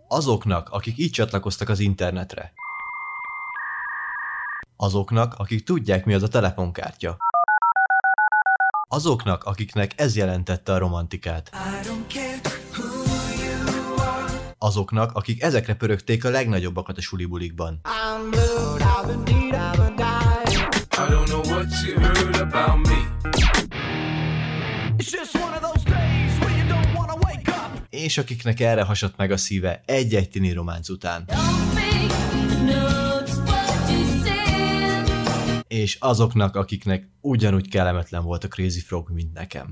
Azoknak, akik így csatlakoztak az internetre. Azoknak, akik tudják, mi az a telefonkártya. Azoknak, akiknek ez jelentette a romantikát. Azoknak, akik ezekre pörögték a legnagyobbakat a sulibulikban. És akiknek erre hasadt meg a szíve egy-egy tini románc után. És azoknak, akiknek ugyanúgy kellemetlen volt a Crazy Frog, mint nekem.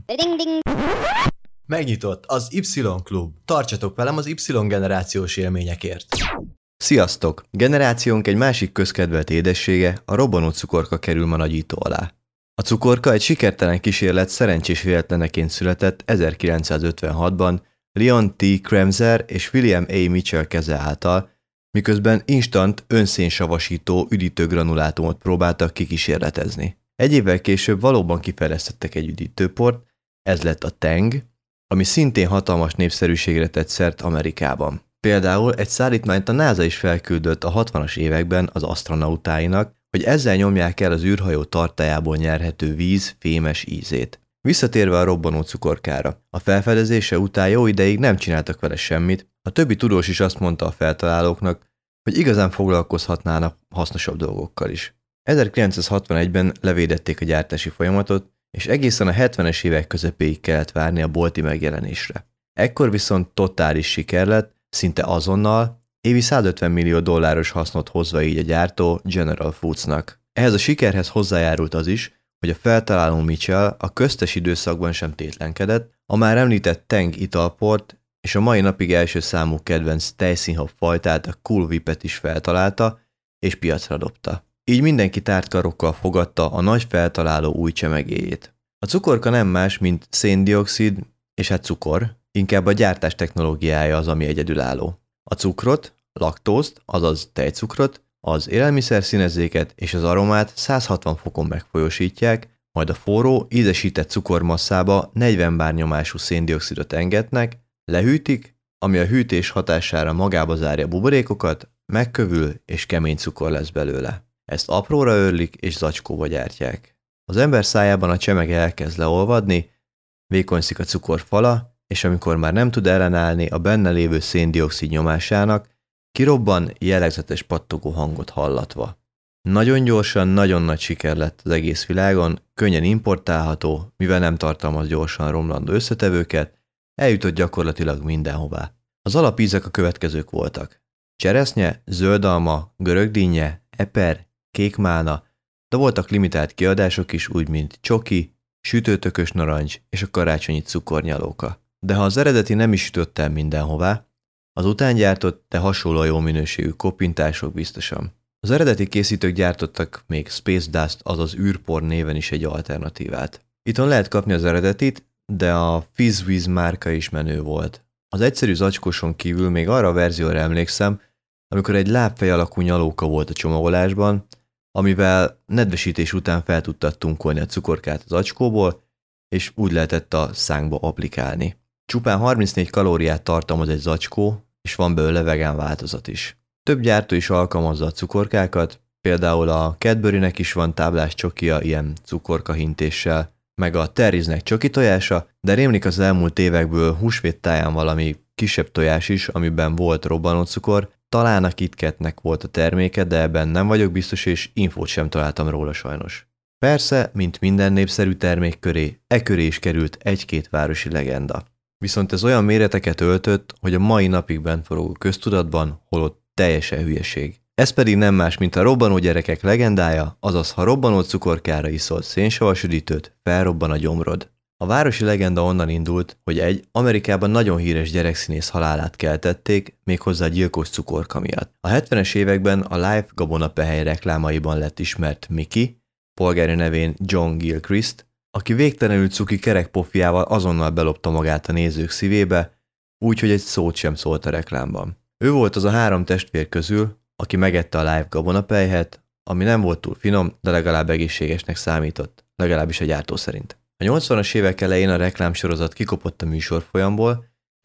Megnyitott az Y Klub. Tartsatok velem az Y generációs élményekért. Sziasztok! Generációnk egy másik közkedvelt édessége, a robbanó cukorka kerül ma nagyító alá. A cukorka egy sikertelen kísérlet szerencsés véletleneként született 1956-ban Leon T. Kremser és William A. Mitchell keze által, miközben instant önszénsavasító üdítőgranulátumot próbáltak kikísérletezni. Egy évvel később valóban kifejlesztettek egy üdítőport, ez lett a Tang, ami szintén hatalmas népszerűségre tett szert Amerikában. Például egy szállítmányt a NASA is felküldött a 60-as években az asztronautáinak, hogy ezzel nyomják el az űrhajó tartályából nyerhető víz fémes ízét. Visszatérve a robbanó cukorkára, a felfedezése után jó ideig nem csináltak vele semmit, a többi tudós is azt mondta a feltalálóknak, hogy igazán foglalkozhatnának hasznosabb dolgokkal is. 1961-ben levédették a gyártási folyamatot, és egészen a 70-es évek közepéig kellett várni a bolti megjelenésre. Ekkor viszont totális siker lett, szinte azonnal, évi $150 millió hasznot hozva így a gyártó General Foodsnak. Ehhez a sikerhez hozzájárult az is, hogy a feltaláló Mitchell a köztes időszakban sem tétlenkedett, a már említett Tang italport és a mai napig első számú kedvenc tejszínhab fajtát, a Cool Whippet is feltalálta és piacra dobta. Így mindenki tárt karokkal fogadta a nagy feltaláló új csemegéjét. A cukorka nem más, mint széndioxid és hát cukor, inkább a gyártás technológiája az, ami egyedülálló. A cukrot, laktózt, azaz tejcukrot, az élelmiszerszínezéket és az aromát 160 fokon megfolyósítják, majd a forró, ízesített cukormasszába 40 bár nyomású széndioxidot engednek, lehűtik, ami a hűtés hatására magába zárja buborékokat, megkövül és kemény cukor lesz belőle. Ezt apróra őrlik és zacskóba gyártják. Az ember szájában a csemege elkezd leolvadni, vékonyszik a cukor fala, és amikor már nem tud ellenállni a benne lévő széndioxid nyomásának, kirobban jellegzetes pattogó hangot hallatva. Nagyon gyorsan, nagyon nagy siker lett az egész világon, könnyen importálható, mivel nem tartalmaz gyorsan romlandó összetevőket, eljutott gyakorlatilag mindenhová. Az alapízek a következők voltak: cseresznye, zöldalma, görögdinnye, eper, kékmálna, de voltak limitált kiadások is, úgy mint csoki, sütőtökös narancs és a karácsonyi cukornyalóka. De ha az eredeti nem is jutott el mindenhová, az utángyártott, de hasonló jó minőségű koppintások biztosan. Az eredeti készítők gyártottak még Space Dust, azaz űrpor néven is egy alternatívát. Itthon lehet kapni az eredetit, de a FizzWiz márka is menő volt. Az egyszerű zacskóson kívül még arra a verzióra emlékszem, amikor egy lábfej alakú nyalóka volt a csomagolásban, amivel nedvesítés után fel tudtad tunkolni a cukorkát az zacskóból, és úgy lehetett a szánkba applikálni. Csupán 34 kalóriát tartalmaz egy zacskó, és van belőle vegán változat is. Több gyártó is alkalmazza a cukorkákat, például a Cadburynek is van táblás csokia ilyen cukorkahintéssel, meg a Terry'snek csoki tojása, de rémlik az elmúlt évekből húsvét táján valami kisebb tojás is, amiben volt robbanócukor, talán a KitKatnek volt a terméke, de ebben nem vagyok biztos, és infót sem találtam róla sajnos. Persze, mint minden népszerű termék köré, e köré is került egy-két városi legenda. Viszont ez olyan méreteket öltött, hogy a mai napig bent forog a köztudatban, holott teljesen hülyeség. Ez pedig nem más, mint a robbanó gyerekek legendája, azaz ha robbanó cukorkára iszol szénsavas üdítőt, felrobban a gyomrod. A városi legenda onnan indult, hogy egy Amerikában nagyon híres gyerekszínész halálát keltették, méghozzá gyilkos cukorka miatt. A 70-es években a Life gabonapehely reklámaiban lett ismert Mickey, polgári nevén John Gilchrist, aki végtelenül cuki kerekpofjával azonnal belopta magát a nézők szívébe, úgyhogy egy szót sem szólt a reklámban. Ő volt az a 3 testvér közül, aki megette a Life gabonapelyhet, ami nem volt túl finom, de legalább egészségesnek számított, legalábbis a gyártó szerint. A 80-as évek elején a reklámsorozat kikopott a műsorfolyamból,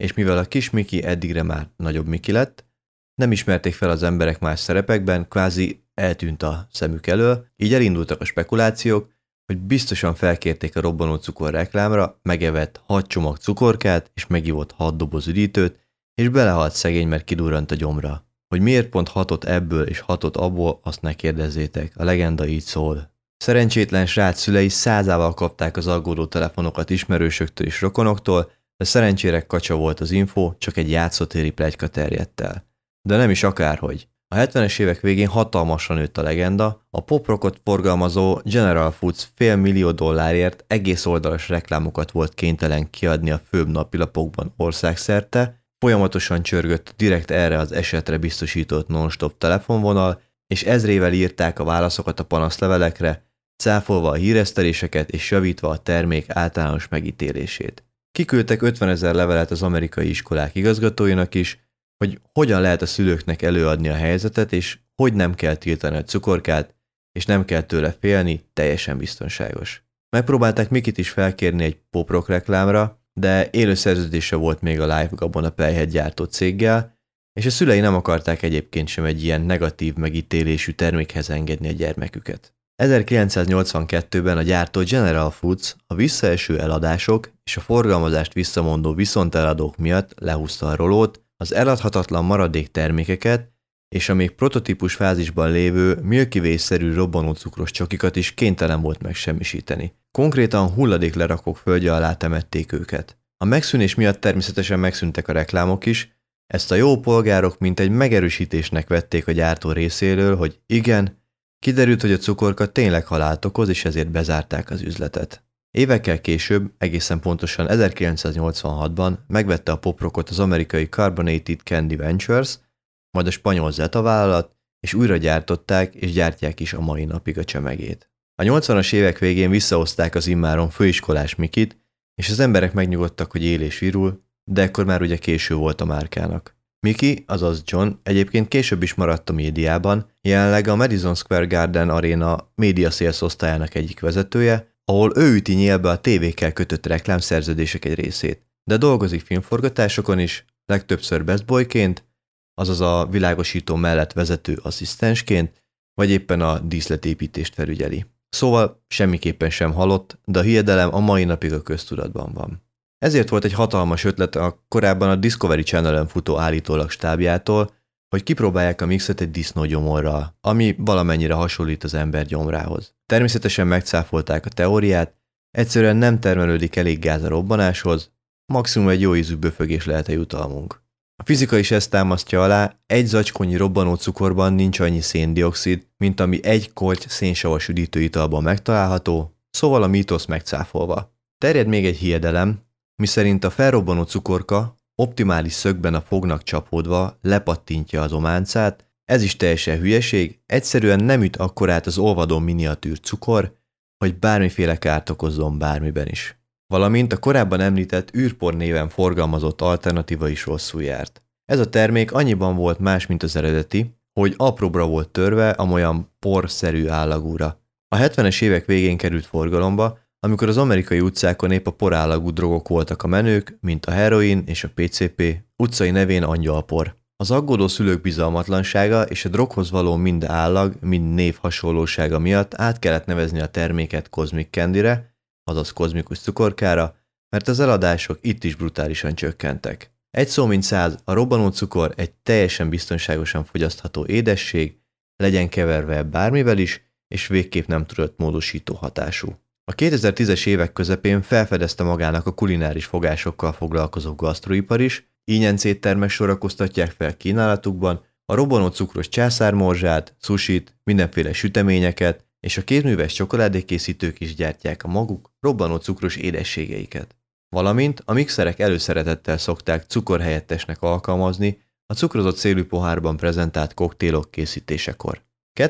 és mivel a kis Miki eddigre már nagyobb Miki lett, nem ismerték fel az emberek más szerepekben, kvázi eltűnt a szemük elől, így elindultak a spekulációk, hogy biztosan felkérték a robbanó cukor reklámra, megevett 6 csomag cukorkát, és megivott 6 doboz üdítőt, és belehalt szegény, mert kidurrant a gyomra. Hogy miért pont 6-ot ebből és 6-ot abból, azt ne kérdezzétek, a legenda így szól. Szerencsétlen srác szülei 100-ával kapták az aggódó telefonokat ismerősöktől és rokonoktól, de szerencsére kacsa volt az info, csak egy játszótéri pletyka terjedt el. De nem is akárhogy. A 70-es évek végén hatalmasan nőtt a legenda, a pop-rockot forgalmazó General Foods $500 millió egész oldalas reklámokat volt kénytelen kiadni a főbb napilapokban országszerte, folyamatosan csörgött direkt erre az esetre biztosított non-stop telefonvonal, és ezrével írták a válaszokat a panaszlevelekre, cáfolva a híreszteléseket és javítva a termék általános megítélését. Kiküldtek 50 000 levelet az amerikai iskolák igazgatóinak is, hogy hogyan lehet a szülőknek előadni a helyzetet, és hogy nem kell tiltani a cukorkát, és nem kell tőle félni, teljesen biztonságos. Megpróbálták Mikit is felkérni egy pop-rock reklámra, de élő szerződése volt még a Live Gabon a pelyhet gyártó céggel, és a szülei nem akarták egyébként sem egy ilyen negatív megítélésű termékhez engedni a gyermeküket. 1982-ben a gyártó General Foods a visszaeső eladások és a forgalmazást visszamondó viszonteladók miatt lehúzta a rolót, az eladhatatlan maradék termékeket és a még prototípus fázisban lévő Milky Way-szerű robbanócukros csokikat is kénytelen volt megsemmisíteni. Konkrétan hulladéklerakók földje alá temették őket. A megszűnés miatt természetesen megszűntek a reklámok is, ezt a jó polgárok mint egy megerősítésnek vették a gyártó részéről, hogy igen, kiderült, hogy a cukorka tényleg halált okoz, és ezért bezárták az üzletet. Évekkel később, egészen pontosan 1986-ban megvette a poprockot az amerikai Carbonated Candy Ventures, majd a spanyol Zeta vállalat, és újra gyártották és gyártják is a mai napig a csemegét. A 80-as évek végén visszahozták az immáron főiskolás Mikit, és az emberek megnyugodtak, hogy él és virul, de ekkor már ugye késő volt a márkának. Miki, azaz John, egyébként később is maradt a médiában, jelenleg a Madison Square Garden Arena média sales osztályának egyik vezetője, ahol ő üti nyélbe a tévékkel kötött reklámszerződések egy részét, de dolgozik filmforgatásokon is, legtöbbször best boyként, azaz a világosító mellett vezető asszisztensként, vagy éppen a díszletépítést felügyeli. Szóval semmiképpen sem halott, de a hiedelem a mai napig a köztudatban van. Ezért volt egy hatalmas ötlet a korábban a Discovery Channel-en futó állítólag stábjától, hogy kipróbálják a mixet egy disznógyomorral, ami valamennyire hasonlít az ember gyomrához. Természetesen megcáfolták a teóriát, egyszerűen nem termelődik elég gáz a robbanáshoz, maximum egy jó ízű böfögés lehet a jutalmunk. A fizika is ezt támasztja alá, egy zacskónyi robbanó cukorban nincs annyi széndioxid, mint ami egy kolty szénsavas üdítőitalban megtalálható, szóval a mítosz megcáfolva. Terjed még egy hiedelem, miszerint a felrobbanó cukorka optimális szögben a fognak csapódva lepattintja az ománcát, ez is teljesen hülyeség, egyszerűen nem üt akkorát az olvadó miniatűr cukor, hogy bármiféle kárt okozzon bármiben is. Valamint a korábban említett űrpor néven forgalmazott alternatíva is rosszul járt. Ez a termék annyiban volt más, mint az eredeti, hogy apróbra volt törve amolyan porszerű állagúra. A 70-es évek végén került forgalomba, amikor az amerikai utcákon épp a porállagú drogok voltak a menők, mint a heroin és a PCP, utcai nevén angyalpor. Az aggódó szülők bizalmatlansága és a droghoz való mind állag, mind név hasonlósága miatt át kellett nevezni a terméket Cosmic Candyre, azaz kozmikus cukorkára, mert az eladások itt is brutálisan csökkentek. Egy szó mint 100, a robbanó cukor egy teljesen biztonságosan fogyasztható édesség, legyen keverve bármivel is, és végképp nem tudott módosító hatású. A 2010-es évek közepén felfedezte magának a kulináris fogásokkal foglalkozó gasztroipar is, ínyenc éttermek sorakoztatják fel kínálatukban a robbanó cukros császármorzsát, sushit, mindenféle süteményeket, és a kézműves csokoládékészítők is gyártják a maguk robbanó cukros édességeiket. Valamint a mixerek előszeretettel szokták cukorhelyettesnek alkalmazni a cukrozott szélű pohárban prezentált koktélok készítésekor.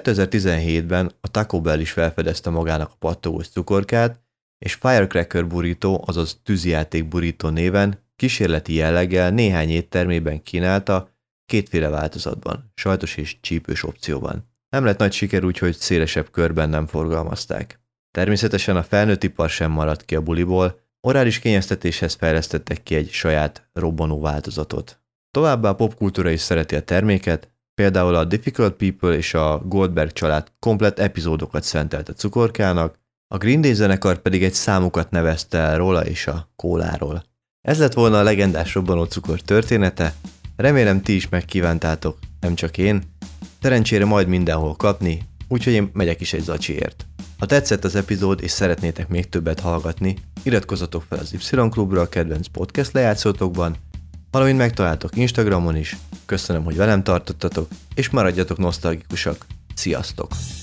2017-ben a Taco Bell is felfedezte magának a pattogós cukorkát, és Firecracker burrito, azaz tűzijáték burrito néven kísérleti jelleggel néhány éttermében kínálta kétféle változatban, sajtos és csípős opcióban. Nem lett nagy siker, úgyhogy szélesebb körben nem forgalmazták. Természetesen a felnőtt ipar sem maradt ki a buliból, Orális kényeztetéshez fejlesztettek ki egy saját robbanó változatot. Továbbá a popkultúra is szereti a terméket, például a Difficult People és a Goldberg család komplett epizódokat szentelt a cukorkának, a Green Day zenekar pedig egy számukat nevezte el róla és a kóláról. Ez lett volna a legendás robbanócukor története, remélem ti is megkívántátok, nem csak én, szerencsére majd mindenhol kapni, úgyhogy én megyek is egy zacsiért. Ha tetszett az epizód és szeretnétek még többet hallgatni, iratkozzatok fel az Y-klubra a kedvenc podcast lejátszótokban, valamint megtaláltok Instagramon is. Köszönöm, hogy velem tartottatok, és maradjatok nosztalgikusak. Sziasztok!